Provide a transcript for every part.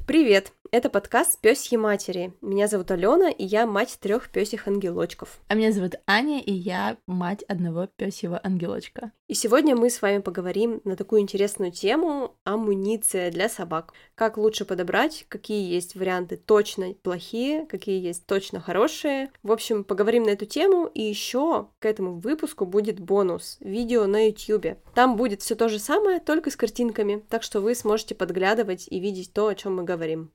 Привет! Это подкаст «Пёсьи матери». Меня зовут Алена, и я мать 3 пёсих ангелочков. А меня зовут Аня, и я мать одного пёсьего ангелочка. И сегодня мы с вами поговорим на такую интересную тему — амуниция для собак. Как лучше подобрать, какие есть варианты точно плохие, какие есть точно хорошие. В общем, поговорим на эту тему, и еще к этому выпуску будет бонус — видео на YouTube. Там будет все то же самое, только с картинками, так что вы сможете подглядывать и видеть то, о чем мы говорим.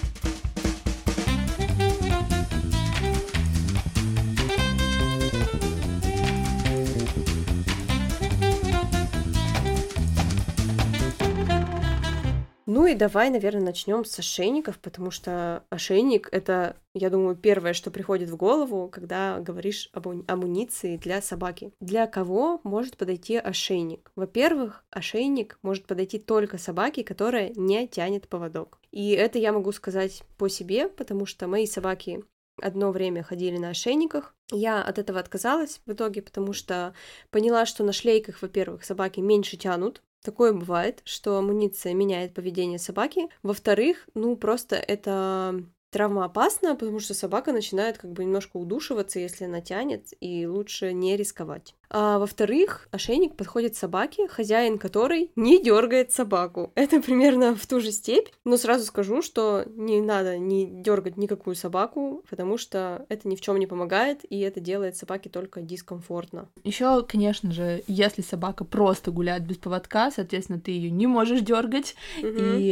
Ну и давай, наверное, начнем с ошейников, потому что ошейник — это, я думаю, первое, что приходит в голову, когда говоришь об амуниции для собаки. Для кого может подойти ошейник? Во-первых, ошейник может подойти только собаке, которая не тянет поводок. И это я могу сказать по себе, потому что мои собаки одно время ходили на ошейниках. Я от этого отказалась в итоге, потому что поняла, что на шлейках, во-первых, собаки меньше тянут. Такое бывает, что амуниция меняет поведение собаки. Во-вторых, просто это травмоопасно, потому что собака начинает немножко удушиваться, если она тянет, и лучше не рисковать. А во-вторых, ошейник подходит собаке, хозяин которой не дергает собаку. Это примерно в ту же степь, но сразу скажу, что не надо не дергать никакую собаку, потому что это ни в чем не помогает, и это делает собаке только дискомфортно. Еще, конечно же, если собака просто гуляет без поводка, соответственно, ты ее не можешь дергать, и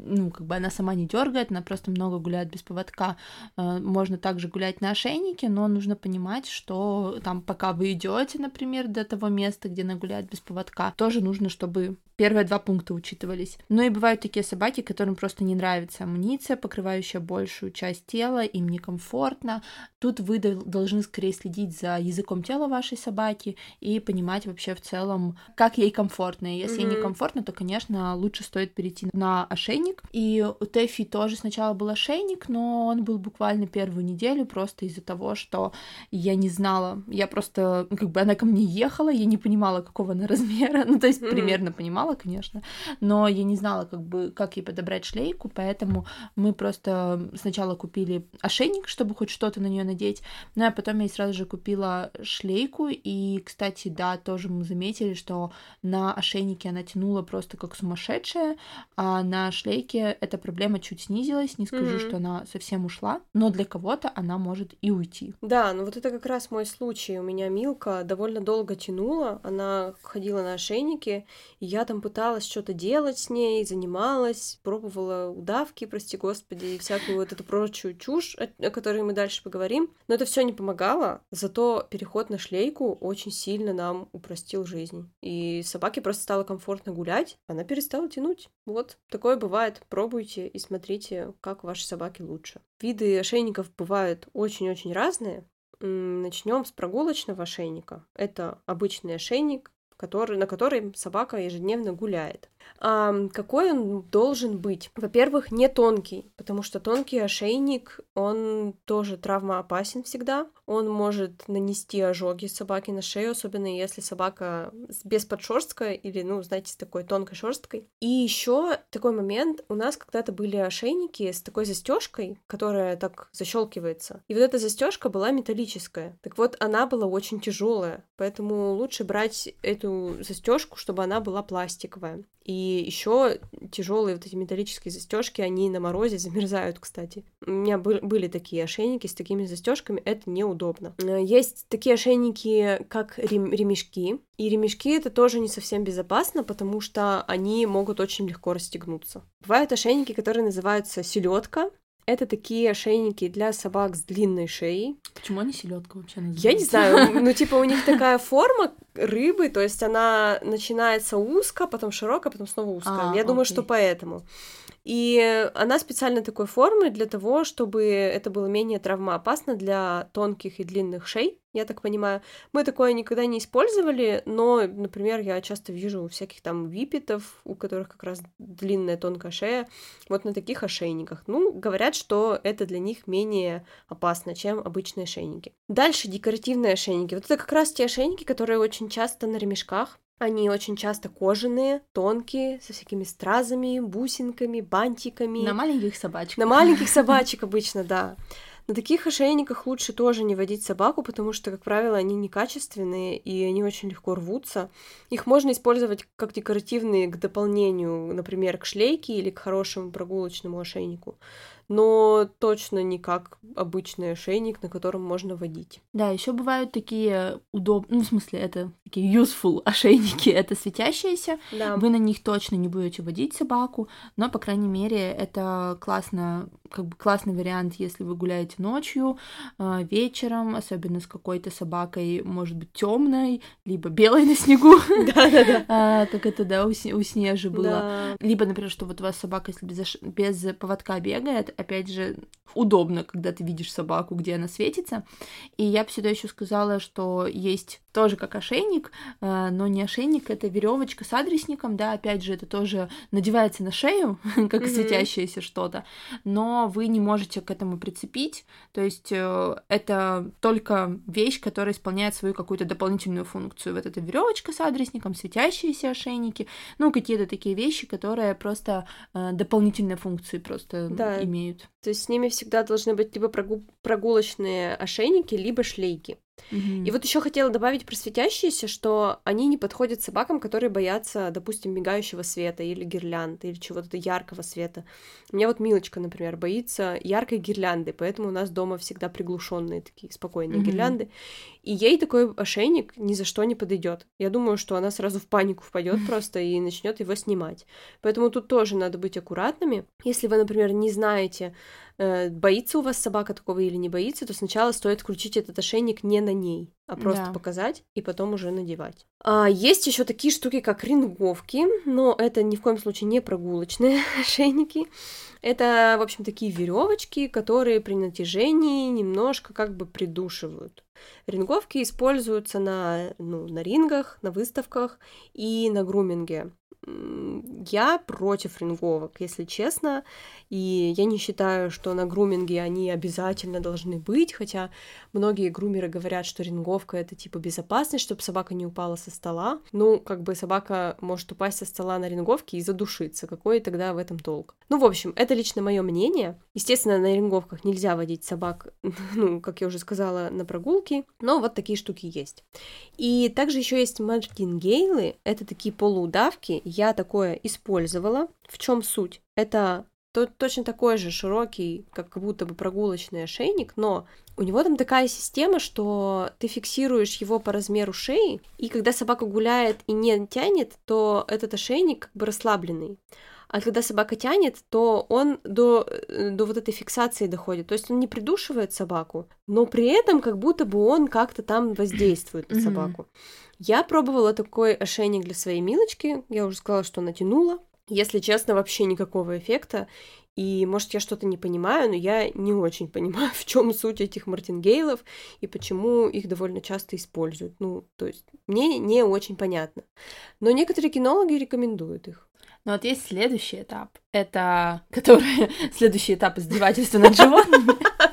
она сама не дергает, она просто много гуляет без поводка. Можно также гулять на ошейнике, но нужно понимать, что там, пока вы идете, например, до того места, где она гуляет без поводка, тоже нужно, чтобы первые 2 пункта учитывались. Но и бывают такие собаки, которым просто не нравится амуниция, покрывающая большую часть тела, им некомфортно. Тут вы должны скорее следить за языком тела вашей собаки и понимать вообще в целом, как ей комфортно. И если ей некомфортно, то, конечно, лучше стоит перейти на ошейник. И у Тэффи тоже сначала был ошейник, но он был буквально первую неделю просто из-за того, что я не знала. Я просто, она ко мне ехала, я не понимала, какого она размера. То есть примерно понимала, конечно, но я не знала, как ей подобрать шлейку, поэтому мы просто сначала купили ошейник, чтобы хоть что-то на нее надеть, а потом я сразу же купила шлейку, и, кстати, да, тоже мы заметили, что на ошейнике она тянула просто как сумасшедшая, а на шлейке эта проблема чуть снизилась, не скажу, что она совсем ушла, но для кого-то она может и уйти. Да, вот это как раз мой случай. У меня Милка довольно долго тянула, она ходила на ошейнике, и я там пыталась что-то делать с ней, занималась, пробовала удавки, прости господи, и всякую вот эту прочую чушь, о которой мы дальше поговорим. Но это все не помогало, зато переход на шлейку очень сильно нам упростил жизнь. И собаке просто стало комфортно гулять, она перестала тянуть. Вот, такое бывает. Пробуйте и смотрите, как вашей собаке лучше. Виды ошейников бывают очень-очень разные. Начнем с прогулочного ошейника. Это обычный ошейник, на который собака ежедневно гуляет. А какой он должен быть? Во-первых, не тонкий, потому что тонкий ошейник, он тоже травмоопасен всегда. Он может нанести ожоги собаке на шею, особенно если собака без подшерстка или, знаете, с такой тонкой шерсткой. И еще такой момент. У нас когда-то были ошейники с такой застежкой, которая так защелкивается. И вот эта застежка была металлическая. Так вот, она была очень тяжелая, поэтому лучше брать эту застежку, чтобы она была пластиковая. И еще тяжелые вот эти металлические застежки, они на морозе замерзают, кстати. У меня были такие ошейники с такими застежками, это неудобно. Есть такие ошейники, как ремешки. И ремешки это тоже не совсем безопасно, потому что они могут очень легко расстегнуться. Бывают ошейники, которые называются селедка. Это такие ошейники для собак с длинной шеей. Почему они селедка вообще называются? Я не знаю, у них такая форма рыбы, то есть она начинается узко, потом широкая, потом снова узкая. Я думаю, что поэтому. И она специально такой формы для того, чтобы это было менее травмоопасно для тонких и длинных шей, я так понимаю. Мы такое никогда не использовали, но, например, я часто вижу у всяких там випетов, у которых как раз длинная тонкая шея, вот на таких ошейниках. Говорят, что это для них менее опасно, чем обычные ошейники. Дальше декоративные ошейники. Вот это как раз те ошейники, которые очень часто на ремешках. Они очень часто кожаные, тонкие, со всякими стразами, бусинками, бантиками. На маленьких собачек. На маленьких собачек обычно, да. На таких ошейниках лучше тоже не водить собаку, потому что, как правило, они некачественные, и они очень легко рвутся. Их можно использовать как декоративные к дополнению, например, к шлейке или к хорошему прогулочному ошейнику, но точно не как обычный ошейник, на котором можно водить. Да, еще бывают такие удобные, ну, в смысле, это такие useful ошейники, это светящиеся, Да. вы на них точно не будете водить собаку, но, по крайней мере, это классно, как бы классный вариант, если вы гуляете ночью, вечером, особенно с какой-то собакой, может быть, темной, либо белой на снегу, как это, да, у Снежи было. Либо, например, что вот у вас собака, если без поводка бегает, опять же, удобно, когда ты видишь собаку, где она светится. И я бы сюда еще сказала, что есть тоже как ошейник, но не ошейник, это веревочка с адресником, да, опять же, это тоже надевается на шею, как светящееся что-то, но вы не можете к этому прицепить, то есть это только вещь, которая исполняет свою какую-то дополнительную функцию. Вот эта веревочка с адресником, светящиеся ошейники, ну, какие-то такие вещи, которые просто дополнительные функции просто имеют. То есть с ними всегда должны быть либо прогулочные ошейники, либо шлейки. И вот еще хотела добавить про светящиеся, что они не подходят собакам, которые боятся, допустим, мигающего света или гирлянды, или чего-то яркого света. У меня вот Милочка, например, боится яркой гирлянды, поэтому у нас дома всегда приглушенные такие спокойные гирлянды. И ей такой ошейник ни за что не подойдет. Я думаю, что она сразу в панику впадет просто и начнет его снимать. Поэтому тут тоже надо быть аккуратными. Если вы, например, не знаете, боится у вас собака такого или не боится, то сначала стоит включить этот ошейник не на ней, а просто показать и потом уже надевать. Есть еще такие штуки, как ринговки, но это ни в коем случае не прогулочные ошейники. Это, в общем, такие веревочки, которые при натяжении немножко как бы придушивают. Ринговки используются на рингах, на выставках и на груминге. Я против ринговок, если честно, и я не считаю, что на груминге они обязательно должны быть, хотя многие грумеры говорят, что ринговка — это типа безопасность, чтобы собака не упала со стола. Ну, как бы собака может упасть со стола на ринговке и задушиться. Какой тогда в этом толк? Ну, в общем, это лично мое мнение. Естественно, на ринговках нельзя водить собак, ну, как я уже сказала, на прогулки, но вот такие штуки есть. И также еще есть мартингейлы, это такие полуудавки. Я такое использовала. В чем суть? Это точно такой же широкий, как будто бы прогулочный ошейник, но у него там такая система, что ты фиксируешь его по размеру шеи, и когда собака гуляет и не тянет, то этот ошейник как бы расслабленный. А когда собака тянет, то он до вот этой фиксации доходит. То есть он не придушивает собаку, но при этом как будто бы он как-то там воздействует на собаку. Я пробовала такой ошейник для своей Милочки. Я уже сказала, что натянула. Если честно, вообще никакого эффекта. И, может, я что-то не понимаю, но я не очень понимаю, в чем суть этих мартингейлов и почему их довольно часто используют. Ну, то есть мне не очень понятно. Но некоторые кинологи рекомендуют их. Но вот есть следующий этап. Это следующий этап издевательства над животными.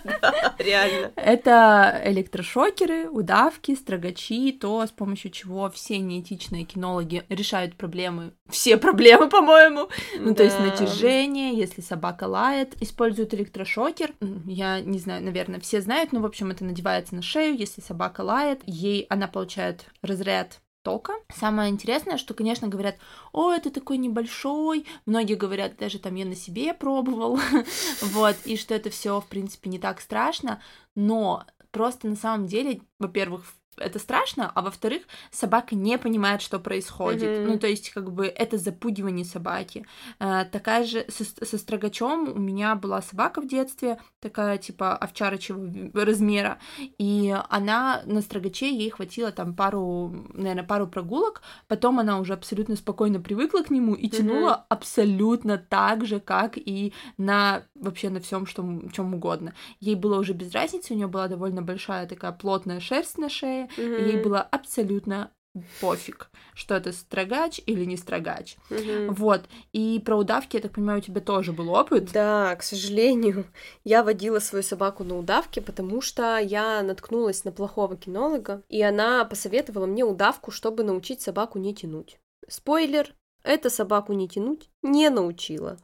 Реально. Это электрошокеры, удавки, строгачи, то, с помощью чего все неэтичные кинологи решают проблемы. Все проблемы, по-моему. Ну, то есть натяжение, если собака лает, используют электрошокер. Я не знаю, наверное, все знают, но, в общем, это надевается на шею, если собака лает, она получает разряд тока. Самое интересное, что, конечно, говорят, это такой небольшой, многие говорят, даже там я на себе пробовал, вот, и что это все в принципе, не так страшно, но просто на самом деле, во-первых, это страшно, а во-вторых, собака не понимает, что происходит. Ну, то есть, как бы, это запугивание собаки. Такая же со строгачом у меня была собака в детстве, такая, типа, овчарочьего размера, и она на строгаче, ей хватило там пару прогулок, потом она уже абсолютно спокойно привыкла к нему и тянула абсолютно так же, как и вообще на всем, чем угодно. Ей было уже без разницы, у нее была довольно большая такая плотная шерсть на шее, и ей было абсолютно пофиг, что это строгач или не строгач. Вот. И про удавки, я так понимаю, у тебя тоже был опыт. Да, к сожалению, я водила свою собаку на удавки, потому что я наткнулась на плохого кинолога, и она посоветовала мне удавку, чтобы научить собаку не тянуть. Спойлер, эта собаку не тянуть не научила.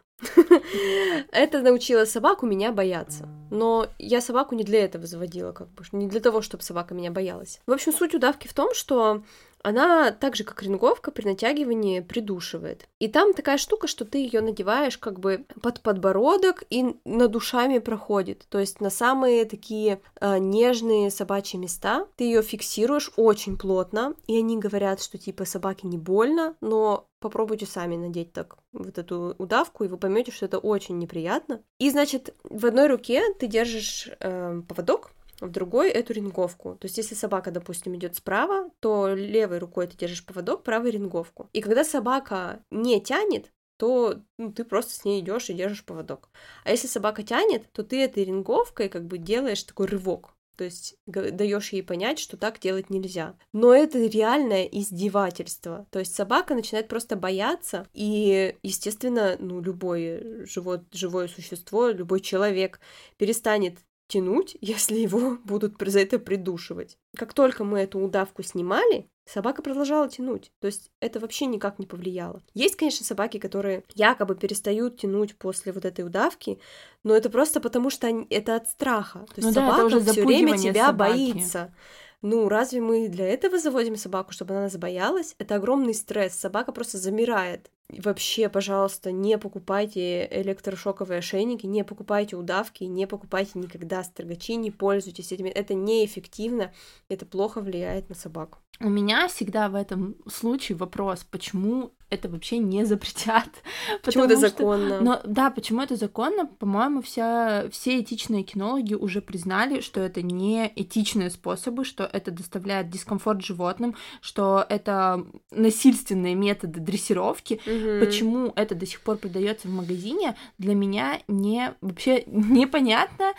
Это научило собаку меня бояться. Но я собаку не для этого заводила, как бы, не для того, чтобы собака меня боялась. В общем, суть удавки в том, что она так же, как ринговка, при натягивании придушивает. И там такая штука, что ты ее надеваешь как бы под подбородок и над ушами проходит. То есть на самые такие нежные собачьи места ты ее фиксируешь очень плотно, и они говорят, что типа собаке не больно, но попробуйте сами надеть так вот эту удавку, и вы поймете, что это очень неприятно. И, значит, в одной руке ты держишь поводок, в другой эту ринговку. То есть, если собака, допустим, идет справа, то левой рукой ты держишь поводок, правой ринговку. И когда собака не тянет, то ты просто с ней идешь и держишь поводок. А если собака тянет, то ты этой ринговкой как бы делаешь такой рывок. То есть даешь ей понять, что так делать нельзя. Но это реальное издевательство. То есть собака начинает просто бояться, и, естественно, любое живое существо, любой человек перестанет тянуть, если его будут за это придушивать. Как только мы эту удавку снимали, собака продолжала тянуть. То есть это вообще никак не повлияло. Есть, конечно, собаки, которые якобы перестают тянуть после вот этой удавки, но это просто потому, что это от страха. То есть собака все время тебя боится. Разве мы для этого заводим собаку, чтобы она нас боялась? Это огромный стресс. Собака просто замирает. И вообще, пожалуйста, не покупайте электрошоковые ошейники, не покупайте удавки, не покупайте никогда строгачи, не пользуйтесь этими. Это неэффективно, это плохо влияет на собаку. У меня всегда в этом случае вопрос, почему это вообще не запретят? Почему это законно? Да, почему это законно? По-моему, все этичные кинологи уже признали, что это не этичные способы, что это доставляет дискомфорт животным, что это насильственные методы дрессировки. Почему это до сих пор продается в магазине, для меня вообще непонятно,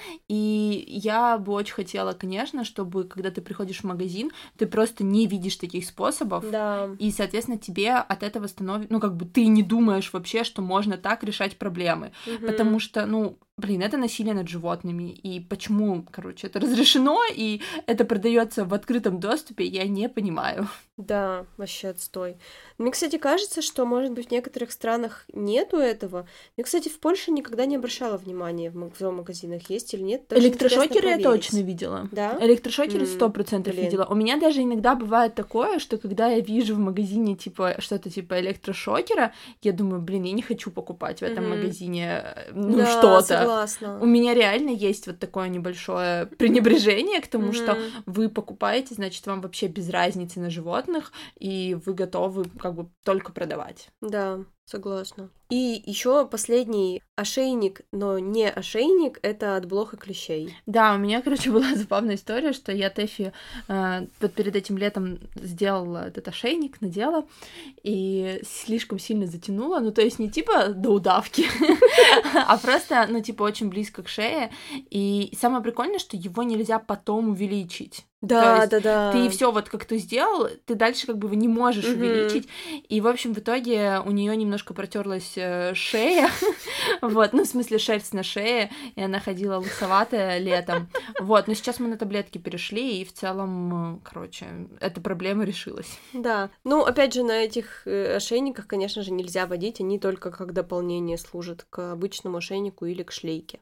и я бы очень хотела, конечно, чтобы, когда ты приходишь в магазин, ты просто не видишь таких способов, и, соответственно, тебе от этого становится, ты не думаешь вообще, что можно так решать проблемы, потому что, это насилие над животными, и почему, это разрешено, и это продается в открытом доступе, я не понимаю. Да, вообще отстой. Мне, кстати, кажется, что, может быть, в некоторых странах нету этого. Я, кстати, в Польше никогда не обращала внимания, в зоомагазинах есть или нет. Даже электрошокеры я точно видела. Да? Электрошокеры 100% видела. У меня даже иногда бывает такое, что когда я вижу в магазине, что-то типа электрошокера, я думаю, я не хочу покупать в этом магазине что-то. Согласна. У меня реально есть вот такое небольшое пренебрежение к тому, что вы покупаете, значит, вам вообще без разницы на животных, и вы готовы только продавать. Да, согласна. И еще последний ошейник, но не ошейник, это от блох и клещей. Да, у меня, была забавная история, что я Тэфи вот перед этим летом сделала этот ошейник, надела, и слишком сильно затянула, то есть не типа до удавки, а просто, очень близко к шее, и самое прикольное, что его нельзя потом увеличить. Да. Ты все как ты сделал, ты дальше его не можешь увеличить, и, в общем, в итоге у нее немножко протерлась шея, в смысле шерсть на шее, и она ходила лысоватая летом, но сейчас мы на таблетки перешли, и в целом, эта проблема решилась. Да, опять же, на этих ошейниках, конечно же, нельзя водить, они только как дополнение служат к обычному ошейнику или к шлейке.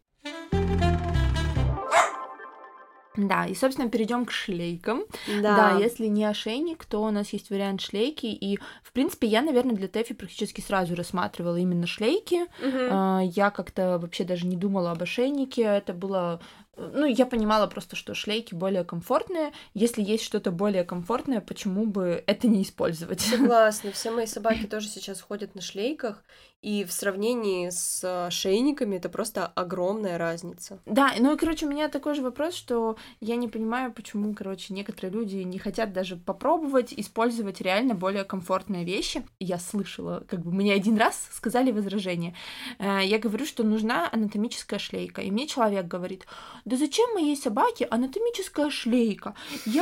Да, и, собственно, перейдем к шлейкам. Да, если не ошейник, то у нас есть вариант шлейки, и, в принципе, я, наверное, для Тэфи практически сразу рассматривала именно шлейки. Я как-то вообще даже не думала об ошейнике, это было... я понимала просто, что шлейки более комфортные. Если есть что-то более комфортное, почему бы это не использовать? Согласна. Все мои собаки тоже сейчас ходят на шлейках, и в сравнении с ошейниками это просто огромная разница. Да, у меня такой же вопрос, что я не понимаю, почему, некоторые люди не хотят даже попробовать использовать реально более комфортные вещи. Я слышала, мне один раз сказали возражение. Я говорю, что нужна анатомическая шлейка, и мне человек говорит: да зачем моей собаке анатомическая шлейка?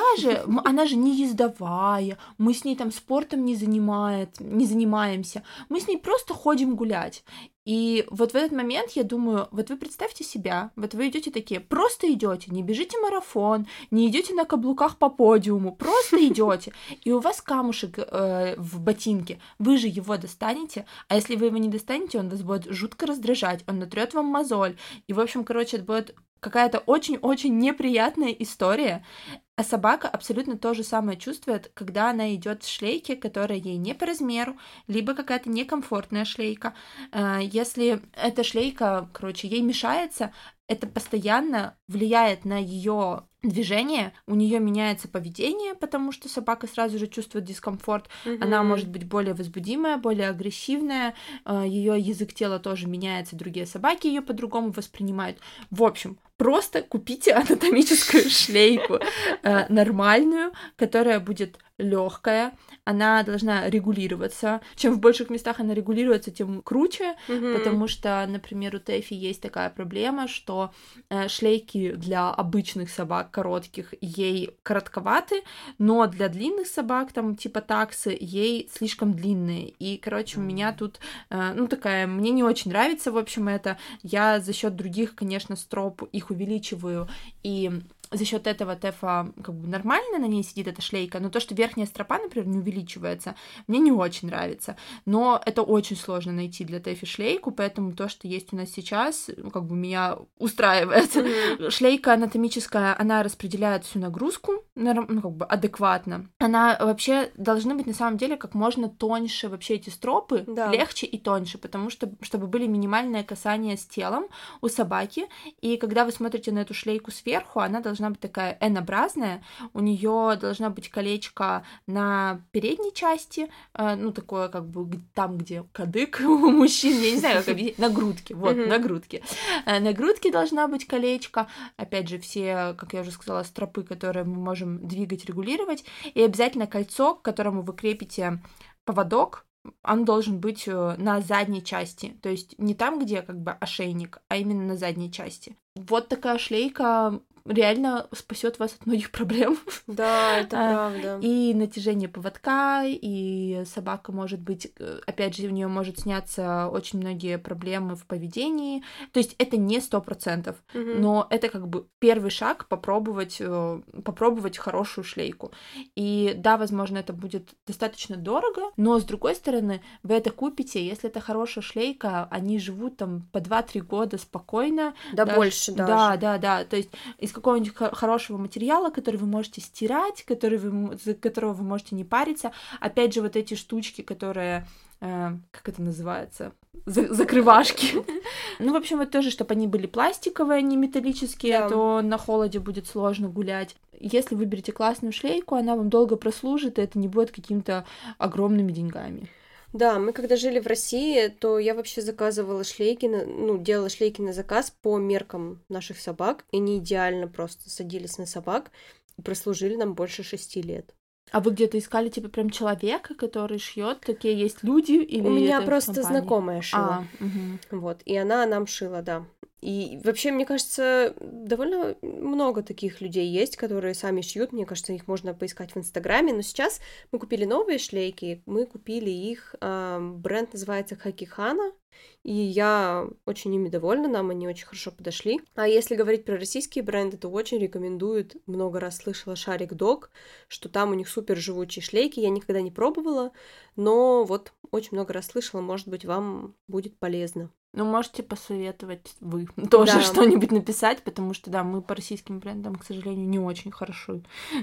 Она же не ездовая, мы с ней там спортом не занимаемся, мы с ней просто ходим гулять. И вот в этот момент я думаю, вот вы представьте себя, вот вы идете такие, просто идете, не бежите марафон, не идете на каблуках по подиуму, просто идете, и у вас камушек в ботинке, вы же его достанете, а если вы его не достанете, он вас будет жутко раздражать, он натрет вам мозоль, и, в общем, короче, это будет какая-то очень-очень неприятная история. А собака абсолютно то же самое чувствует, когда она идет в шлейке, которая ей не по размеру, либо какая-то некомфортная шлейка. Если эта шлейка, короче, ей мешается, это постоянно влияет на ее движение, у нее меняется поведение, потому что собака сразу же чувствует дискомфорт, она может быть более возбудимая, более агрессивная, ее язык тела тоже меняется, другие собаки ее по-другому воспринимают. В общем, просто купите анатомическую шлейку нормальную, которая будет легкая, она должна регулироваться. Чем в больших местах она регулируется, тем круче, потому что, например, у Тэфи есть такая проблема, что шлейки для обычных собак коротких ей коротковаты, но для длинных собак, там типа таксы, ей слишком длинные. И, короче, у меня тут, мне не очень нравится, в общем, это. Я за счет других, конечно, строп их увеличиваю, и за счет этого Тэфа как бы нормально на ней сидит эта шлейка, но то, что верхняя стропа, например, не увеличивается, мне не очень нравится. Но это очень сложно найти для Тэфи шлейку, поэтому то, что есть у нас сейчас, как бы меня устраивает. Шлейка анатомическая, она распределяет всю нагрузку, как бы адекватно. Она вообще должны быть на самом деле как можно тоньше вообще эти стропы, легче и тоньше, потому что чтобы были минимальные касания с телом у собаки, и когда вы смотрите на эту шлейку сверху, она должна быть такая N-образная, у нее должна быть колечко на передней части, такое как бы там, где кадык у мужчин, я не знаю, как объяснить, на грудке, на грудке. На грудке должна быть колечко, опять же, все, как я уже сказала, стропы, которые мы можем двигать, регулировать, и обязательно кольцо, к которому вы крепите поводок, он должен быть на задней части, то есть не там, где как бы ошейник, а именно на задней части. Вот такая шлейка реально спасет вас от многих проблем. Да, это правда. И натяжение поводка, и собака может быть, опять же, у нее может сняться очень многие проблемы в поведении. То есть это не 100%, но это как бы первый шаг попробовать хорошую шлейку. И да, возможно, это будет достаточно дорого, но с другой стороны, вы это купите, если это хорошая шлейка, они живут там по 2-3 года спокойно. Да, больше даже. Да. То есть из какого-нибудь хорошего материала, который вы можете стирать, за которого вы можете не париться. Опять же, вот эти штучки, которые, как это называется? Закрывашки. В общем, вот тоже, чтобы они были пластиковые, а не металлические, то на холоде будет сложно гулять. Если выберете классную шлейку, она вам долго прослужит, и это не будет какими-то огромными деньгами. Да, мы когда жили в России, то я вообще заказывала шлейки, делала шлейки на заказ по меркам наших собак, и они идеально просто садились на собак и прослужили нам больше 6 лет. А вы где-то искали, типа, прям человека, который шьет? Такие есть люди? Или у меня это просто знакомая шила. Вот, и она нам шила, да. И вообще, мне кажется, довольно много таких людей есть, которые сами шьют. Мне кажется, их можно поискать в Инстаграме. Но сейчас мы купили новые шлейки. Мы купили их. Бренд называется Хакихана. И я очень ими довольна, нам они очень хорошо подошли. А если говорить про российские бренды, то очень рекомендуют, много раз слышала Шарик Дог, что там у них супер живучие шлейки, я никогда не пробовала, но вот очень много раз слышала, может быть, вам будет полезно. Можете посоветовать вы тоже что-нибудь написать, потому что, да, мы по российским брендам, к сожалению, не очень хорошо.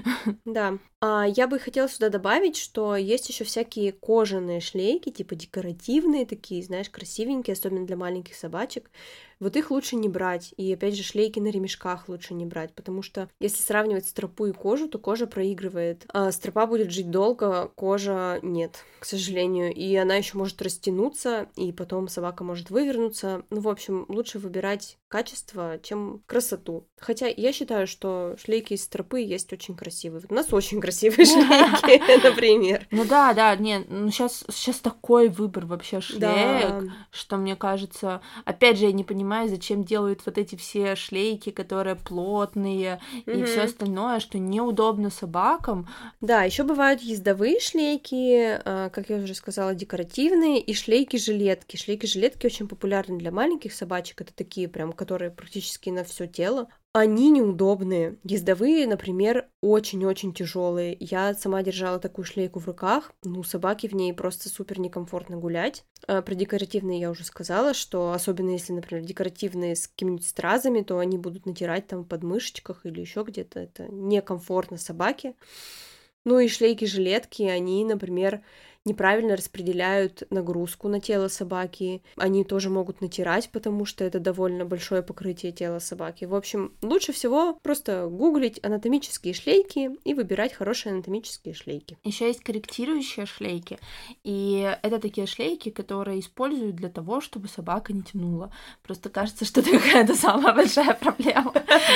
Да. Я бы хотела сюда добавить, что есть еще всякие кожаные шлейки, типа декоративные такие, знаешь, красивенькие, особенно для маленьких собачек. Вот их лучше не брать. И опять же, шлейки на ремешках лучше не брать, потому что если сравнивать стропу и кожу, то кожа проигрывает. Стропа будет жить долго, кожа нет, к сожалению. И она еще может растянуться, и потом собака может вывернуться. В общем, лучше выбирать качество, чем красоту. Хотя я считаю, что шлейки из стропы есть очень красивые. У нас очень красивые шлейки, например. Сейчас такой выбор вообще шлеек, что мне кажется, опять же, я не понимаю, понимаю, зачем делают вот эти все шлейки, которые плотные и все остальное, что неудобно собакам. Да, еще бывают ездовые шлейки, как я уже сказала, декоративные, и шлейки-жилетки. Шлейки-жилетки очень популярны для маленьких собачек, это такие прям, которые практически на все тело. Они неудобные. Ездовые, например, очень-очень тяжелые. Я сама держала такую шлейку в руках. Собаке в ней просто супер некомфортно гулять. Про декоративные я уже сказала, что особенно если, например, декоративные с какими-нибудь стразами, то они будут натирать там в подмышечках или еще где-то. Это некомфортно собаке. И шлейки-жилетки, они, например, неправильно распределяют нагрузку на тело собаки. Они тоже могут натирать, потому что это довольно большое покрытие тела собаки. В общем, лучше всего просто гуглить анатомические шлейки и выбирать хорошие анатомические шлейки. Еще есть корректирующие шлейки, и это такие шлейки, которые используют для того, чтобы собака не тянула. Просто кажется, что это какая-то самая большая проблема.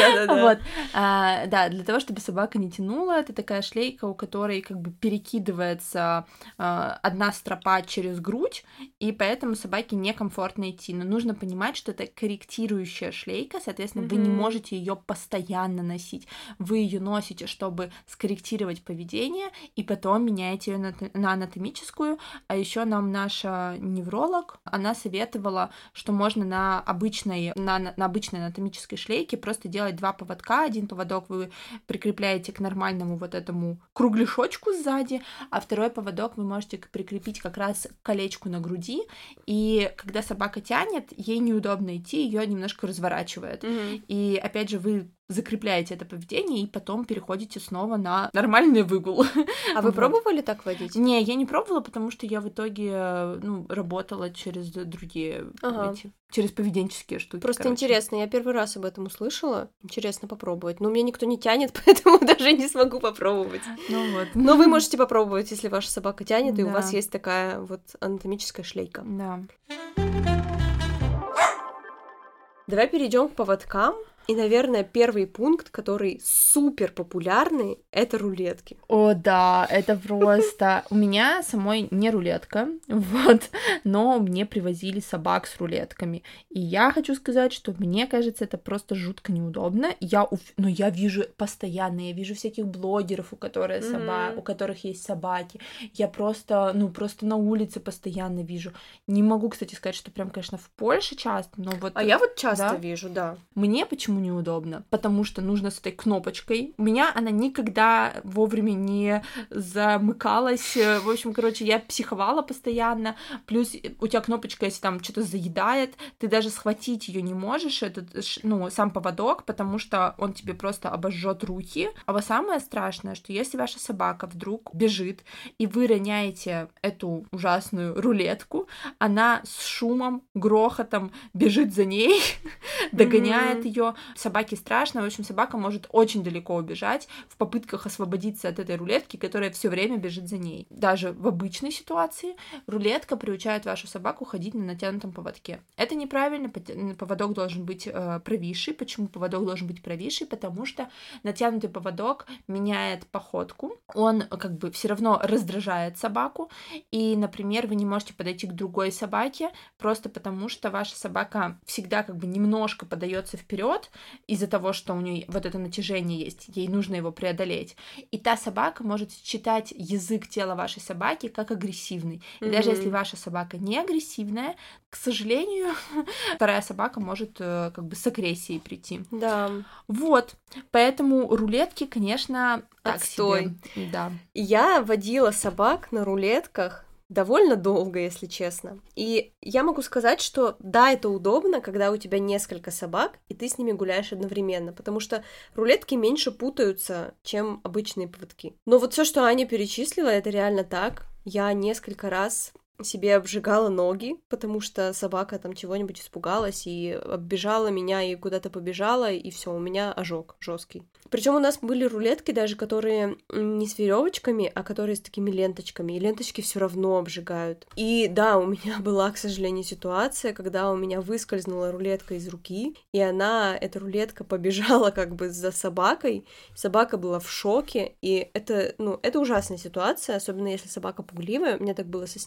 Да, для того, чтобы собака не тянула, это такая шлейка, у которой как бы перекидывается одна стропа через грудь, и поэтому собаке некомфортно идти. Но нужно понимать, что это корректирующая шлейка, соответственно, вы не можете ее постоянно носить. Вы ее носите, чтобы скорректировать поведение, и потом меняете ее на анатомическую. А еще нам наша невролог, она советовала, что можно на обычной анатомической шлейке просто делать 2 поводка. Один поводок вы прикрепляете к нормальному вот этому кругляшочку сзади, а второй поводок вы можете прикрепить как раз к колечку на груди, и когда собака тянет, ей неудобно идти, ее немножко разворачивает. И опять же, вы закрепляете это поведение и потом переходите снова на нормальный выгул. А вы пробовали так водить? Не, я не пробовала, потому что я в итоге работала через другие через поведенческие штуки. Просто интересно, я первый раз об этом услышала. Интересно попробовать. Но меня никто не тянет, поэтому даже не смогу попробовать. Но вы можете попробовать, если ваша собака тянет, и у вас есть такая вот анатомическая шлейка. Да. Давай перейдем к поводкам. И, наверное, первый пункт, который супер популярный, это рулетки. О, да, это просто... У меня самой не рулетка, но мне привозили собак с рулетками. И я хочу сказать, что мне кажется, это просто жутко неудобно. Но я вижу постоянно, я вижу всяких блогеров, у которых есть собаки. Я просто на улице постоянно вижу. Не могу, кстати, сказать, что прям, конечно, в Польше часто, но вот... А я вот часто вижу, да. Мне почему неудобно? Потому что нужно с этой кнопочкой. У меня она никогда вовремя не замыкалась. В общем, я психовала постоянно. Плюс у тебя кнопочка, если там что-то заедает, ты даже схватить ее не можешь, сам поводок, потому что он тебе просто обожжет руки. А самое страшное, что если ваша собака вдруг бежит, и вы роняете эту ужасную рулетку, она с шумом, грохотом бежит за ней, догоняет ее. Собаке страшно, в общем, собака может очень далеко убежать в попытках освободиться от этой рулетки, которая все время бежит за ней. Даже в обычной ситуации рулетка приучает вашу собаку ходить на натянутом поводке. Это неправильно, поводок должен быть провисший. Почему поводок должен быть провисший? Потому что натянутый поводок меняет походку, он все равно раздражает собаку, и, например, вы не можете подойти к другой собаке просто потому, что ваша собака всегда немножко подается вперед, из-за того, что у нее вот это натяжение есть, ей нужно его преодолеть. И та собака может считать язык тела вашей собаки как агрессивный. И даже если ваша собака не агрессивная, к сожалению, вторая собака может с агрессией прийти. Да. Вот. Поэтому рулетки, конечно, так себе. Да. Я водила собак на рулетках довольно долго, если честно. И я могу сказать, что да, это удобно, когда у тебя несколько собак, и ты с ними гуляешь одновременно, потому что рулетки меньше путаются, чем обычные поводки. Но вот все, что Аня перечислила, это реально так. Я несколько раз себе обжигала ноги, потому что собака там чего-нибудь испугалась и оббежала меня и куда-то побежала, и все, у меня ожог жесткий. Причем у нас были рулетки даже, которые не с веревочками, а которые с такими ленточками, и ленточки все равно обжигают. И да, у меня была, к сожалению, ситуация, когда у меня выскользнула рулетка из руки, и эта рулетка побежала за собакой, собака была в шоке, и это ужасная ситуация, особенно если собака пугливая, у меня так было со Снежей.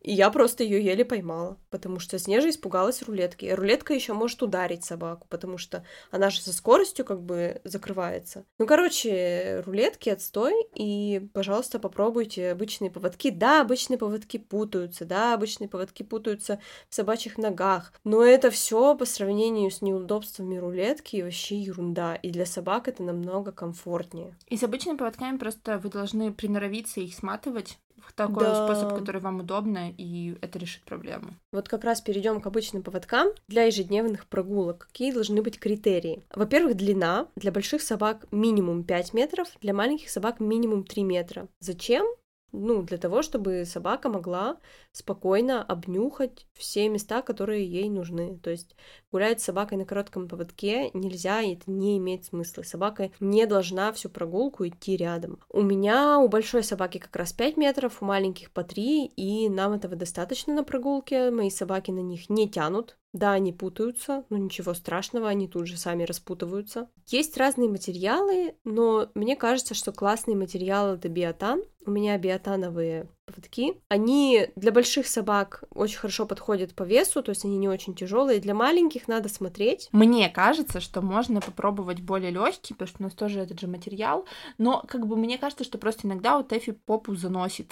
И я просто ее еле поймала, потому что Снежа испугалась рулетки. И рулетка еще может ударить собаку, потому что она же со скоростью как бы закрывается. Ну, короче, рулетки отстой, и, пожалуйста, попробуйте обычные поводки. Да, обычные поводки путаются, да, обычные поводки путаются в собачьих ногах, но это все по сравнению с неудобствами рулетки вообще ерунда, и для собак это намного комфортнее. И с обычными поводками просто вы должны приноровиться их сматывать в такой способ, который вам удобно, и это решит проблему. Вот как раз перейдем к обычным поводкам для ежедневных прогулок. Какие должны быть критерии? Во-первых, длина. Для больших собак минимум 5 метров, для маленьких собак минимум 3 метра. Зачем? Ну, для того, чтобы собака могла спокойно обнюхать все места, которые ей нужны. То есть гулять с собакой на коротком поводке нельзя, и это не имеет смысла. Собака не должна всю прогулку идти рядом. У меня у большой собаки как раз 5 метров, у маленьких по 3, и нам этого достаточно на прогулке. Мои собаки на них не тянут. Да, они путаются, но ничего страшного, они тут же сами распутываются. Есть разные материалы, но мне кажется, что классный материал — это биотан. У меня биотановые поводки. Они для больших собак очень хорошо подходят по весу, то есть они не очень тяжелые. Для маленьких надо смотреть. Мне кажется, что можно попробовать более легкий, потому что у нас тоже этот же материал, но как бы мне кажется, что просто иногда у Тэфи попу заносит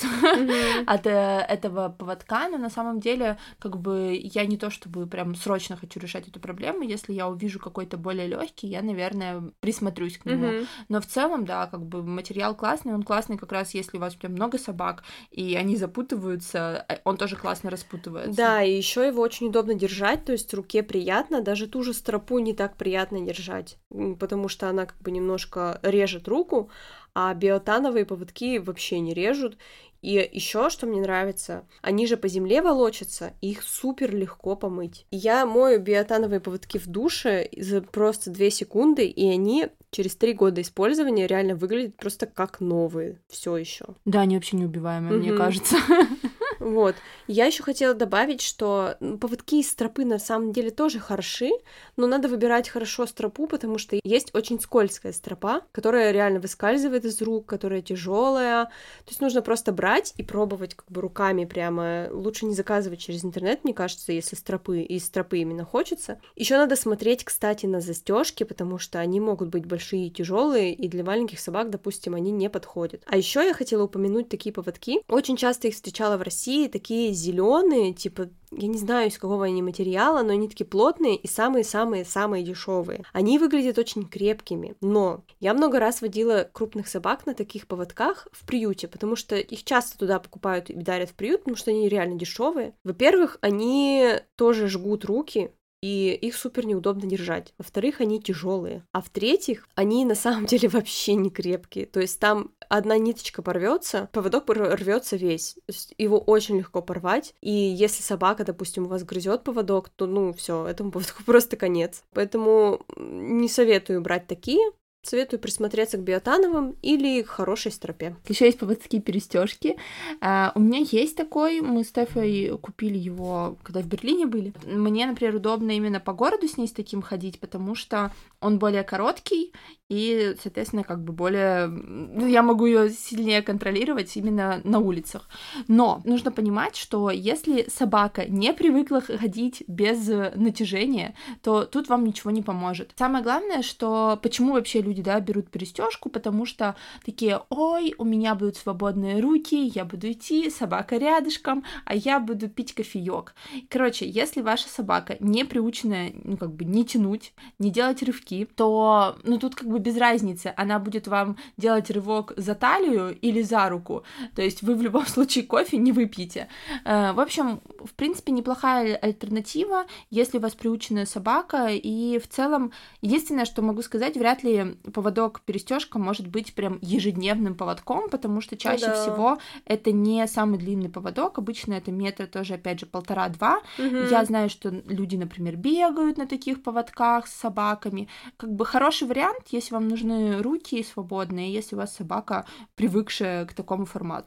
от этого поводка, но на самом деле как бы я не то чтобы прям срочно хочу решать эту проблему, если я увижу какой-то более легкий, я, наверное, присмотрюсь к нему. Но в целом, да, как бы материал классный, он классный как раз, если у вас прям много собак, и они запутываются, он тоже классно распутывается. Да, и еще его очень удобно держать, то есть руке приятно, даже ту же стропу не так приятно держать, потому что она как бы немножко режет руку, а биотановые поводки вообще не режут. И еще, что мне нравится, они же по земле волочатся, и их супер легко помыть. Я мою биотановые поводки в душе за просто 2 секунды, и они через 3 года использования реально выглядят просто как новые, все еще. Да, они вообще неубиваемые, мне кажется. Вот. Я еще хотела добавить, что поводки из стропы на самом деле тоже хороши, но надо выбирать хорошо стропу, потому что есть очень скользкая стропа, которая реально выскальзывает из рук, которая тяжелая. То есть нужно просто брать и пробовать как бы руками прямо. Лучше не заказывать через интернет, мне кажется, если из стропы именно хочется. Еще надо смотреть, кстати, на застежки, потому что они могут быть большие и тяжелые, и для маленьких собак, допустим, они не подходят. А еще я хотела упомянуть такие поводки. Очень часто их встречала в России, такие зеленые, типа, я не знаю, из какого они материала, но они такие плотные и самые-самые-самые дешевые. Они выглядят очень крепкими, но я много раз водила крупных собак на таких поводках в приюте, потому что их часто туда покупают и дарят в приют, потому что они реально дешевые. Во-первых, они тоже жгут руки, и их супер неудобно держать. Во-вторых, они тяжелые. А в-третьих, они на самом деле вообще не крепкие. То есть там одна ниточка порвется, поводок рвется весь. То есть его очень легко порвать. И если собака, допустим, у вас грызет поводок, то ну все, этому поводку просто конец. Поэтому не советую брать такие. Советую присмотреться к биотановым или к хорошей стропе. Еще есть поводки перестежки. У меня есть такой, мы с Тэфой купили его, когда в Берлине были. Мне, например, удобно именно по городу с ней с таким ходить, потому что он более короткий, и, соответственно, как бы более... Я могу ее сильнее контролировать именно на улицах. Но нужно понимать, что если собака не привыкла ходить без натяжения, то тут вам ничего не поможет. Самое главное, что почему вообще люди, да, берут перестежку, потому что такие: ой, у меня будут свободные руки, я буду идти, собака рядышком, а я буду пить кофеек. Короче, если ваша собака не приучена, ну, как бы не тянуть, не делать рывки, то, ну, тут как бы без разницы, она будет вам делать рывок за талию или за руку, то есть вы в любом случае кофе не выпьете. В общем, в принципе, неплохая альтернатива, если у вас приученная собака, и в целом, единственное, что могу сказать, вряд ли поводок перестежка может быть прям ежедневным поводком, потому что чаще всего это не самый длинный поводок, обычно это метр тоже, опять же, 1,5-2. Я знаю, что люди, например, бегают на таких поводках с собаками. Как бы хороший вариант, если вам нужны руки свободные, если у вас собака, привыкшая к такому формату.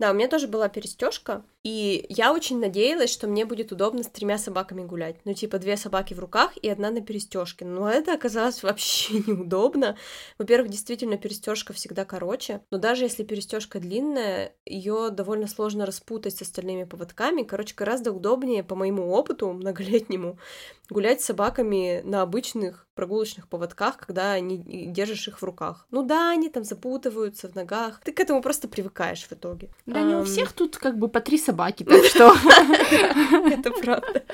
Да, у меня тоже была перестежка, и я очень надеялась, что мне будет удобно с 3 собаками гулять. Ну, типа, 2 собаки в руках и 1 на перестежке. Но это оказалось вообще неудобно. Во-первых, действительно, перестежка всегда короче, но даже если перестежка длинная, ее довольно сложно распутать с остальными поводками. Короче, гораздо удобнее, по моему опыту многолетнему, гулять с собаками на обычных прогулочных поводках, когда не держишь их в руках. Ну да, они там запутываются в ногах. Ты к этому просто привыкаешь в итоге. Да, не у всех тут как бы по 3 собаки, так что... Это правда.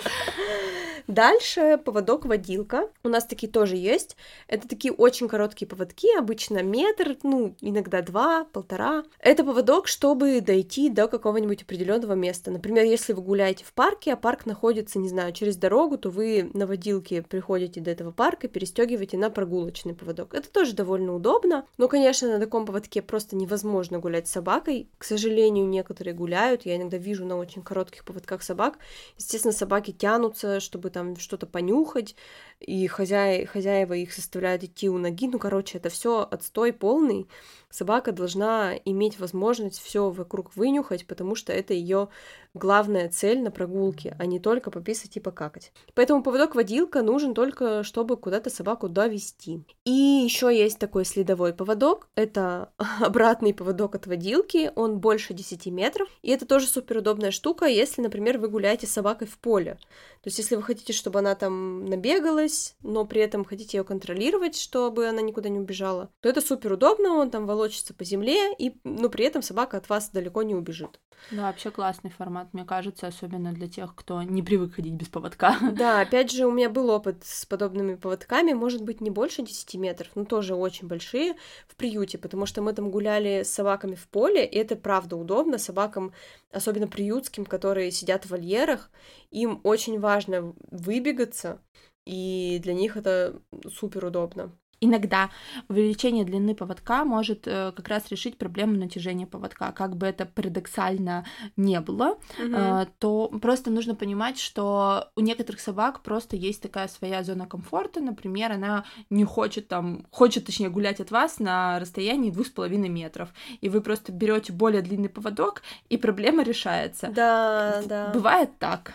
Дальше поводок-водилка. У нас такие тоже есть. Это такие очень короткие поводки, обычно метр, ну, иногда 2, 1,5. Это поводок, чтобы дойти до какого-нибудь определенного места. Например, если вы гуляете в парке, а парк находится, не знаю, через дорогу, то вы на водилке приходите до этого парка, перестегиваете на прогулочный поводок. Это тоже довольно удобно. Но, конечно, на таком поводке просто невозможно гулять с собакой. К сожалению, некоторые гуляют. Я иногда вижу на очень коротких поводках собак. Естественно, собаки тянутся, чтобы там что-то понюхать, и хозяева их заставляют идти у ноги. Ну, короче, это все отстой полный. Собака должна иметь возможность все вокруг вынюхать, потому что это ее главная цель на прогулке, а не только пописать и покакать. Поэтому поводок-водилка нужен только, чтобы куда-то собаку довести. И еще есть такой следовой поводок. Это обратный поводок от водилки, он больше 10 метров. И это тоже суперудобная штука, если, например, вы гуляете с собакой в поле. То есть, если вы хотите, чтобы она там набегалась, но при этом хотите ее контролировать, чтобы она никуда не убежала, то это суперудобно, он там волочится по земле, но при этом собака от вас далеко не убежит. Ну, вообще классный формат, мне кажется, особенно для тех, кто не привык ходить без поводка. Да, опять же, у меня был опыт с подобными поводками, может быть, не больше 10 метров, но тоже очень большие в приюте, потому что мы там гуляли с собаками в поле, и это правда удобно, собакам, особенно приютским, которые сидят в вольерах, им очень важно выбегаться, и для них это супер удобно. Иногда увеличение длины поводка может как раз решить проблему натяжения поводка. Как бы это парадоксально не было, то просто нужно понимать, что у некоторых собак просто есть такая своя зона комфорта. Например, она не хочет точнее гулять от вас на расстоянии 2,5 метров. И вы просто берете более длинный поводок, и проблема решается. Да. Бывает так.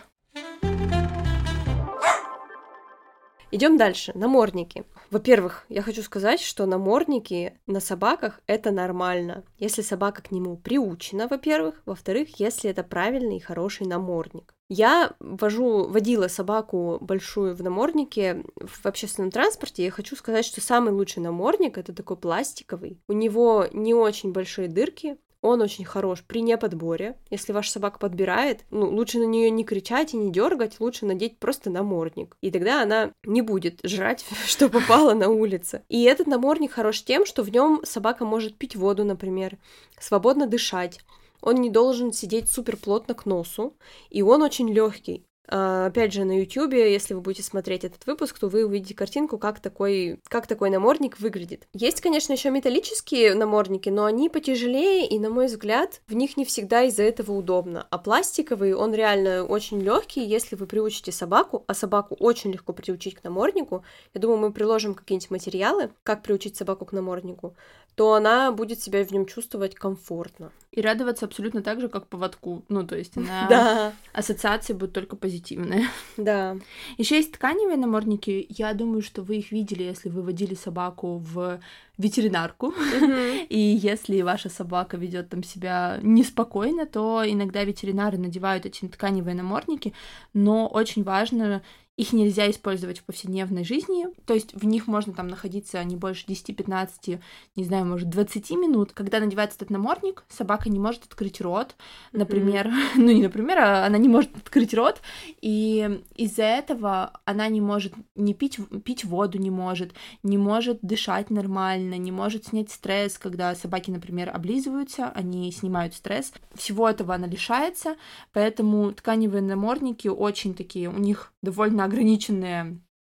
Идем дальше. Намордники. Во-первых, я хочу сказать, что намордники на собаках — это нормально. Если собака к нему приучена, во-первых. Во-вторых, если это правильный и хороший намордник. Я водила собаку большую в наморднике в общественном транспорте, и я хочу сказать, что самый лучший намордник — это такой пластиковый. У него не очень большие дырки, он очень хорош при неподборе. Если ваша собака подбирает, лучше на нее не кричать и не дергать, лучше надеть просто намордник. И тогда она не будет жрать, что попало на улице. И этот намордник хорош тем, что в нем собака может пить воду, например, свободно дышать. Он не должен сидеть супер плотно к носу, и он очень легкий. Опять же, на YouTube, если вы будете смотреть этот выпуск, то вы увидите картинку, как такой намордник выглядит. Есть, конечно, еще металлические намордники, но они потяжелее, и, на мой взгляд, в них не всегда из-за этого удобно. А пластиковый, он реально очень легкий, если вы приучите собаку, а собаку очень легко приучить к наморднику. Я думаю, мы приложим какие-нибудь материалы, как приучить собаку к наморднику, то она будет себя в нем чувствовать комфортно. И радоваться абсолютно так же, как поводку. То есть ассоциации будут только позитивные. Да. Еще есть тканевые намордники. Я думаю, что вы их видели, если вы водили собаку в ветеринарку. И если ваша собака ведет там себя неспокойно, то иногда ветеринары надевают эти тканевые намордники, но очень важно, их нельзя использовать в повседневной жизни, то есть в них можно там находиться не больше 10-15, не знаю, может, 20 минут. Когда надевается этот намордник, собака не может открыть рот, например, она не может открыть рот, и из-за этого она не может пить воду не может дышать нормально, не может снять стресс, когда собаки, например, облизываются, они снимают стресс. Всего этого она лишается, поэтому тканевые намордники очень такие, у них довольно ограниченные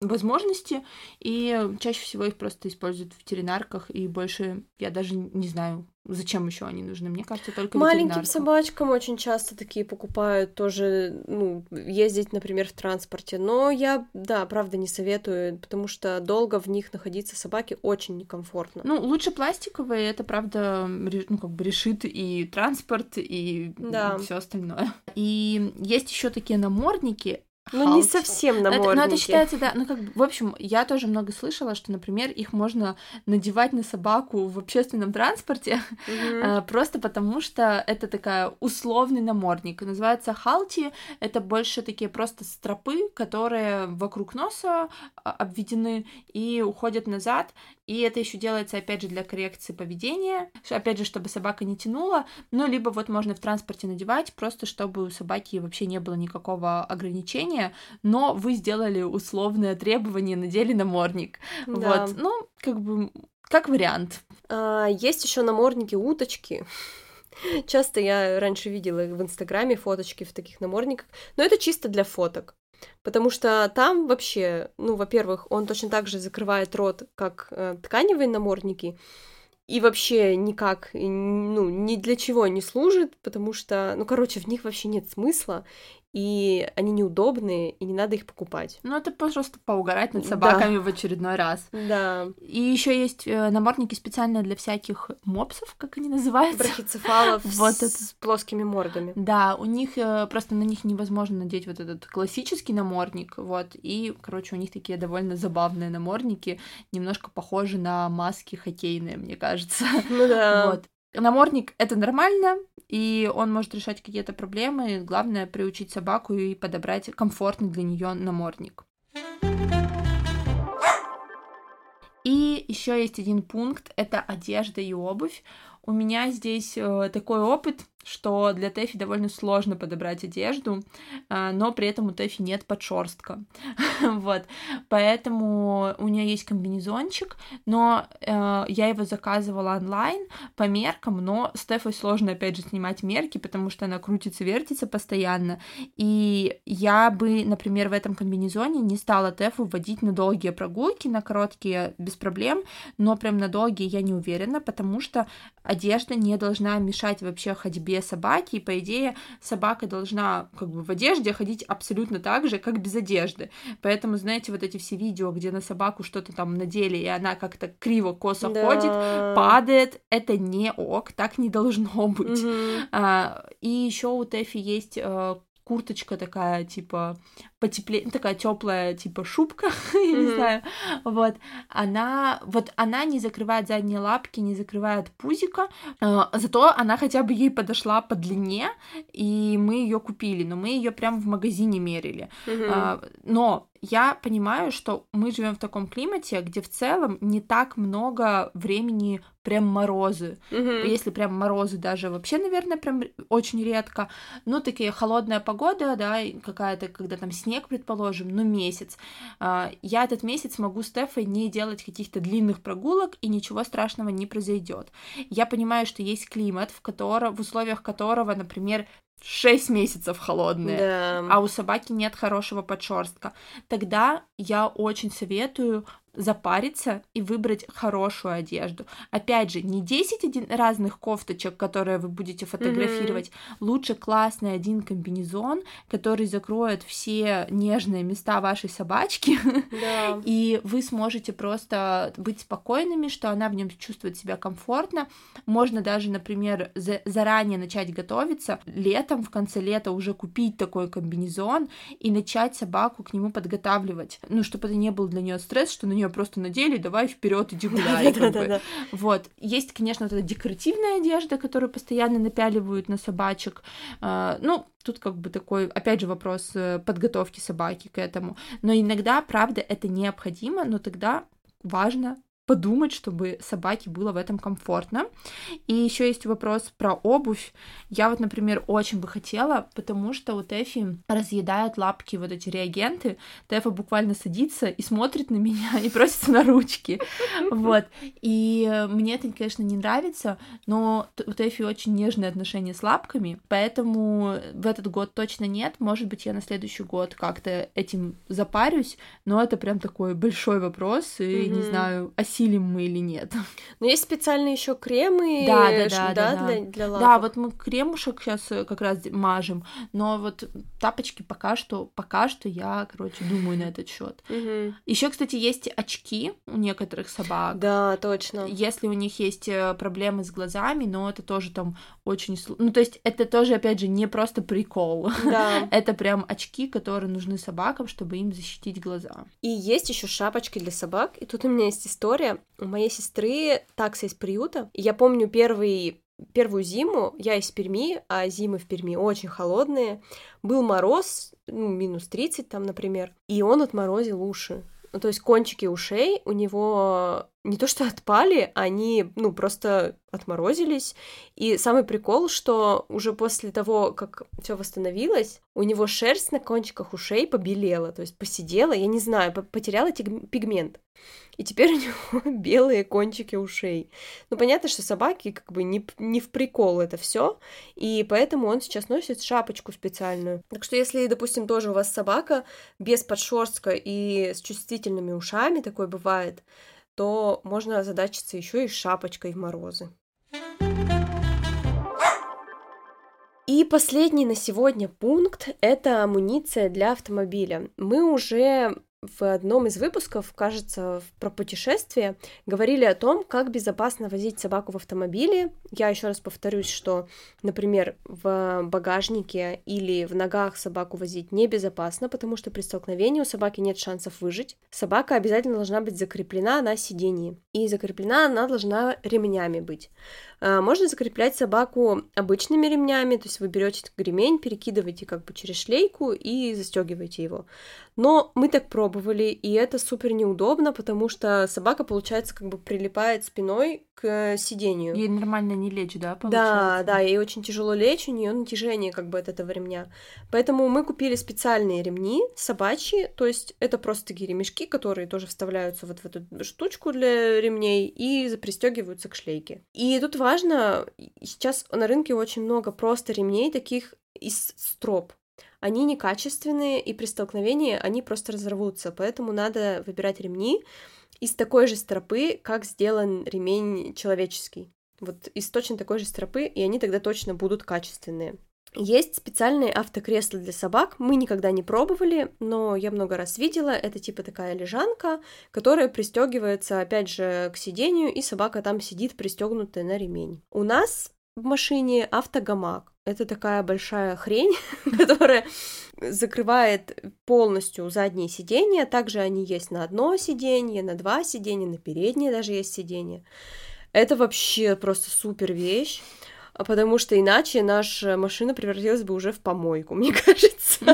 возможности, и чаще всего их просто используют в ветеринарках, и больше я даже не знаю, зачем еще они нужны. Мне кажется, только Маленьким ветеринаркам. собачкам очень часто такие покупают тоже, ездить, например, в транспорте. Но я, да, правда не советую, потому что долго в них находиться собаке очень некомфортно. Лучше пластиковые, это правда, решит и транспорт, и все остальное. И есть еще такие намордники. Не совсем намордники. Но это считается, да, в общем, я тоже много слышала, что, например, их можно надевать на собаку в общественном транспорте, просто потому что это такая условный намордник. Называется халти, это больше такие просто стропы, которые вокруг носа обведены и уходят назад, и это еще делается, опять же, для коррекции поведения, опять же, чтобы собака не тянула, либо вот можно в транспорте надевать, просто чтобы у собаки вообще не было никакого ограничения, но вы сделали условное требование, надели намордник. Да. Вот, как вариант. Есть еще намордники уточки. Часто я раньше видела в Инстаграме фоточки в таких намордниках, но это чисто для фоток. Потому что там вообще, во-первых, он точно так же закрывает рот, как тканевые намордники, и вообще никак, ни для чего не служит, потому что, в них вообще нет смысла, и они неудобные, и не надо их покупать. Это просто поугарать над собаками в очередной раз. Да. И еще есть намордники специально для всяких мопсов, как они называются. Брахицефалов с плоскими мордами. Да, у них просто на них невозможно надеть вот этот классический намордник, и, у них такие довольно забавные намордники, немножко похожи на маски хоккейные, мне кажется. Да. Намордник — это нормально, и он может решать какие-то проблемы. Главное — приучить собаку и подобрать комфортный для нее намордник. И еще есть один пункт — это одежда и обувь. У меня здесь такой опыт, что для Тэфи довольно сложно подобрать одежду, но при этом у Тэфи нет подшерстка. Поэтому у нее есть комбинезончик, но я его заказывала онлайн по меркам, но с Тэфой сложно, опять же, снимать мерки, потому что она крутится, вертится постоянно, и я бы, например, в этом комбинезоне не стала Тэфу водить на долгие прогулки, на короткие без проблем, но прям на долгие я не уверена, потому что одежда не должна мешать вообще ходьбе собаки, и, по идее, собака должна в одежде ходить абсолютно так же, как без одежды. Поэтому, знаете, вот эти все видео, где на собаку что-то там надели, и она как-то криво-косо ходит, падает, это не ок, так не должно быть. И еще у Тэфи есть курточка такая, типа, потеплее, такая теплая, типа, шубка, я не знаю, она не закрывает задние лапки, не закрывает пузико, зато она хотя бы ей подошла по длине, и мы ее купили, но мы ее прям в магазине мерили, но я понимаю, что мы живем в таком климате, где в целом не так много времени прям морозы. Если прям морозы даже вообще, наверное, прям очень редко. Такие холодная погода, да, какая-то, когда там снег, предположим, месяц. Я этот месяц могу с Тэфой не делать каких-то длинных прогулок, и ничего страшного не произойдет. Я понимаю, что есть климат, в условиях которого, например, 6 месяцев холодные, а у собаки нет хорошего подшерстка. Тогда я очень советую запариться и выбрать хорошую одежду. Опять же, не 10 разных кофточек, которые вы будете фотографировать, лучше классный один комбинезон, который закроет все нежные места вашей собачки, и вы сможете просто быть спокойными, что она в нем чувствует себя комфортно. Можно даже, например, заранее начать готовиться, летом, в конце лета уже купить такой комбинезон и начать собаку к нему подготавливать, чтобы это не был для нее стресс, что на нее просто надели, давай вперед, иди гуляй. Есть, конечно, вот эта декоративная одежда, которую постоянно напяливают на собачек. Тут такой, опять же, вопрос подготовки собаки к этому. Но иногда, правда, это необходимо, но тогда важно подумать, чтобы собаке было в этом комфортно. И еще есть вопрос про обувь. Я вот, например, очень бы хотела, потому что у Тэфи разъедают лапки вот эти реагенты. Тэфа буквально садится и смотрит на меня и просится на ручки. Вот. И мне это, конечно, не нравится, но у Тэфи очень нежные отношения с лапками, поэтому в этот год точно нет. Может быть, я на следующий год как-то этим запарюсь, но это прям такой большой вопрос, и не знаю, осилим мы или нет. Но есть специальные еще кремы, для лапок. Да, вот мы кремушек сейчас как раз мажем, но вот тапочки пока что я, короче, думаю на этот счет. Еще, кстати, есть очки у некоторых собак. Да, точно. Если у них есть проблемы с глазами, но это тоже там очень... Ну, то есть это тоже, опять же, не просто прикол. Да. Это прям очки, которые нужны собакам, чтобы им защитить глаза. И есть еще шапочки для собак. И тут у меня есть история. У моей сестры такса из приюта. И я помню первую зиму, я из Перми, а зимы в Перми очень холодные. Был мороз, минус 30 там, например, и он отморозил уши. Ну, то есть кончики ушей у него не то что отпали, они, просто отморозились. И самый прикол, что уже после того, как все восстановилось, у него шерсть на кончиках ушей побелела, то есть поседела, я не знаю, потеряла пигмент. И теперь у него белые кончики ушей. Понятно, что собаки как бы не в прикол это все, и поэтому он сейчас носит шапочку специальную. Так что если, допустим, тоже у вас собака без подшерстка и с чувствительными ушами, такое бывает, то можно озадачиться еще и шапочкой в морозы. И последний на сегодня пункт — это амуниция для автомобиля. Мы уже в одном из выпусков, кажется, про путешествия, говорили о том, как безопасно возить собаку в автомобиле. Я еще раз повторюсь, что, например, в багажнике или в ногах собаку возить небезопасно, потому что при столкновении у собаки нет шансов выжить. Собака обязательно должна быть закреплена на сидении, и закреплена она должна ремнями быть. Можно закреплять собаку обычными ремнями, то есть вы берете ремень, перекидываете как бы через шлейку и застегиваете его. Но мы так пробовали, и это супер неудобно, потому что собака, получается, как бы прилипает спиной к сидению. Ей нормально не лечь, да, получается? Да, ей очень тяжело лечь, у нее натяжение как бы от этого ремня. Поэтому мы купили специальные ремни собачьи, то есть это просто такие ремешки, которые тоже вставляются вот в эту штучку для ремней и пристегиваются к шлейке. И тут важно, сейчас на рынке очень много просто ремней таких из строп. Они некачественные, и при столкновении они просто разорвутся, поэтому надо выбирать ремни из такой же стропы, как сделан ремень человеческий. Вот из точно такой же стропы, и они тогда точно будут качественные. Есть специальные автокресла для собак, мы никогда не пробовали, но я много раз видела, это типа такая лежанка, которая пристегивается опять же к сидению, и собака там сидит пристегнутая на ремень. У нас в машине автогамак. Это такая большая хрень, которая закрывает полностью задние сиденья. Также они есть на одно сиденье, на два сиденья, на переднее даже есть сиденье. Это вообще просто супер вещь, потому что иначе наша машина превратилась бы уже в помойку, мне кажется,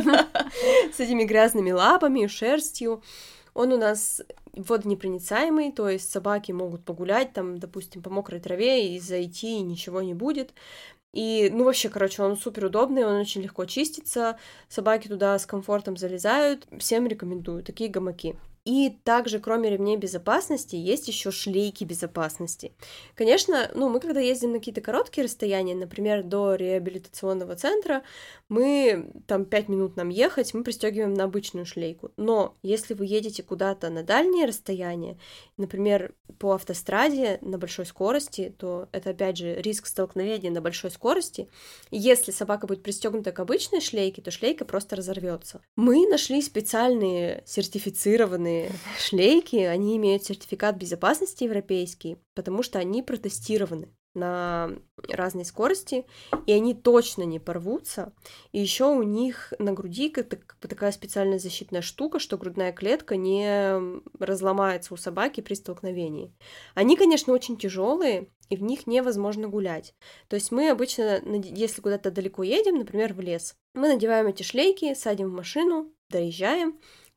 с этими грязными лапами, шерстью. Он у нас водонепроницаемый, то есть собаки могут погулять там, допустим, по мокрой траве и зайти, и ничего не будет. И, вообще, короче, он супер удобный, он очень легко чистится, собаки туда с комфортом залезают, всем рекомендую такие гамаки. И также, кроме ремней безопасности, есть еще шлейки безопасности. Конечно, мы когда ездим на какие-то короткие расстояния, например, до реабилитационного центра, мы там 5 минут нам ехать, мы пристегиваем на обычную шлейку. Но если вы едете куда-то на дальние расстояния, например, по автостраде на большой скорости, то это, опять же, риск столкновения на большой скорости. И если собака будет пристегнута к обычной шлейке, то шлейка просто разорвется. Мы нашли специальные сертифицированные шлейки, они имеют сертификат безопасности европейский, потому что они протестированы на разной скорости, и они точно не порвутся. И еще у них на груди такая специальная защитная штука, что грудная клетка не разломается у собаки при столкновении. Они, конечно, очень тяжелые, и в них невозможно гулять. То есть мы обычно, если куда-то далеко едем, например, в лес, мы надеваем эти шлейки, садим в машину, доезжаем,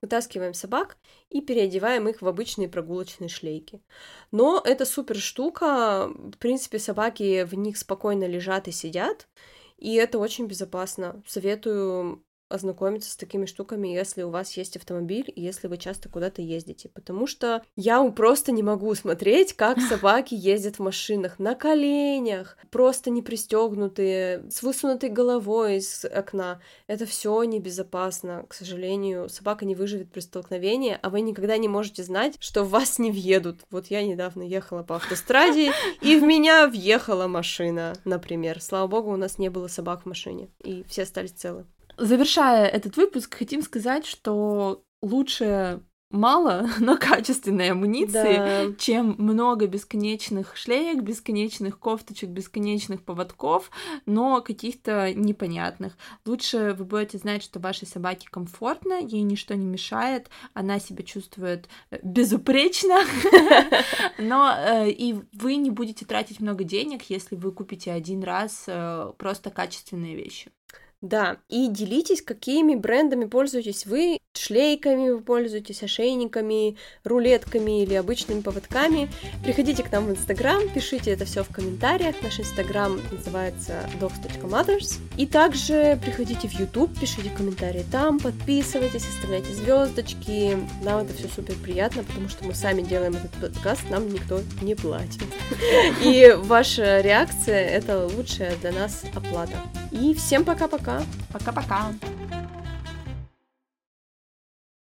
вытаскиваем собак и переодеваем их в обычные прогулочные шлейки. Но это супер штука, в принципе, собаки в них спокойно лежат и сидят, и это очень безопасно. Советую ознакомиться с такими штуками, если у вас есть автомобиль, и если вы часто куда-то ездите, потому что я просто не могу смотреть, как собаки ездят в машинах на коленях, просто не пристегнутые, с высунутой головой из окна. Это все небезопасно, к сожалению. Собака не выживет при столкновении, а вы никогда не можете знать, что в вас не въедут. Вот я недавно ехала по автостраде, и в меня въехала машина, например. Слава богу, у нас не было собак в машине, и все остались целы. Завершая этот выпуск, хотим сказать, что лучше мало, но качественной амуниции, чем много бесконечных шлеек, бесконечных кофточек, бесконечных поводков, но каких-то непонятных. Лучше вы будете знать, что вашей собаке комфортно, ей ничто не мешает, она себя чувствует безупречно, но и вы не будете тратить много денег, если вы купите один раз просто качественные вещи. Да, и делитесь, какими брендами пользуетесь вы, шлейками вы пользуетесь, ошейниками, рулетками или обычными поводками. Приходите к нам в Инстаграм, пишите это все в комментариях. Наш Инстаграм называется dogs.mothers. И также приходите в YouTube, пишите комментарии там, подписывайтесь, оставляйте звездочки. Нам это все супер приятно, потому что мы сами делаем этот подкаст, нам никто не платит. И ваша реакция — это лучшая для нас оплата. И всем пока-пока. Пока-пока.